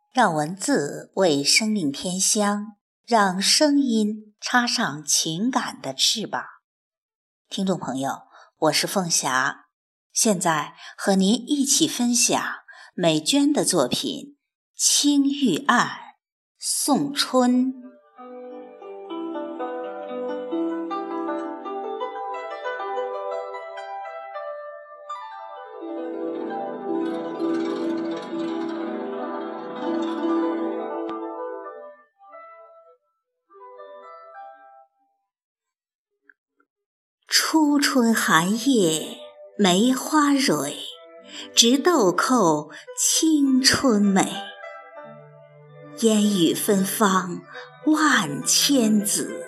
让文字为生命添香，让声音插上情感的翅膀。听众朋友，我是凤霞，现在和您一起分享美娟的作品《青玉案·送春》。初春寒夜梅花蕊，直豆蔻青春美。烟雨芬芳万千子，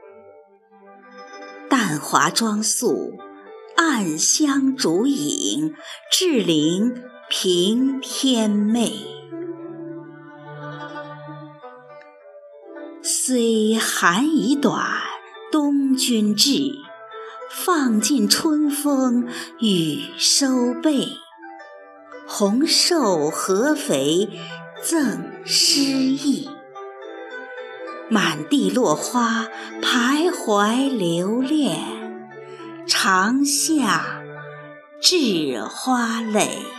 淡华妆素，暗香烛影，至灵平天媚。虽寒已短，冬君至，放尽春风与收备。红瘦合肥赠诗意，满地落花徘徊留恋，长下栉花蕾。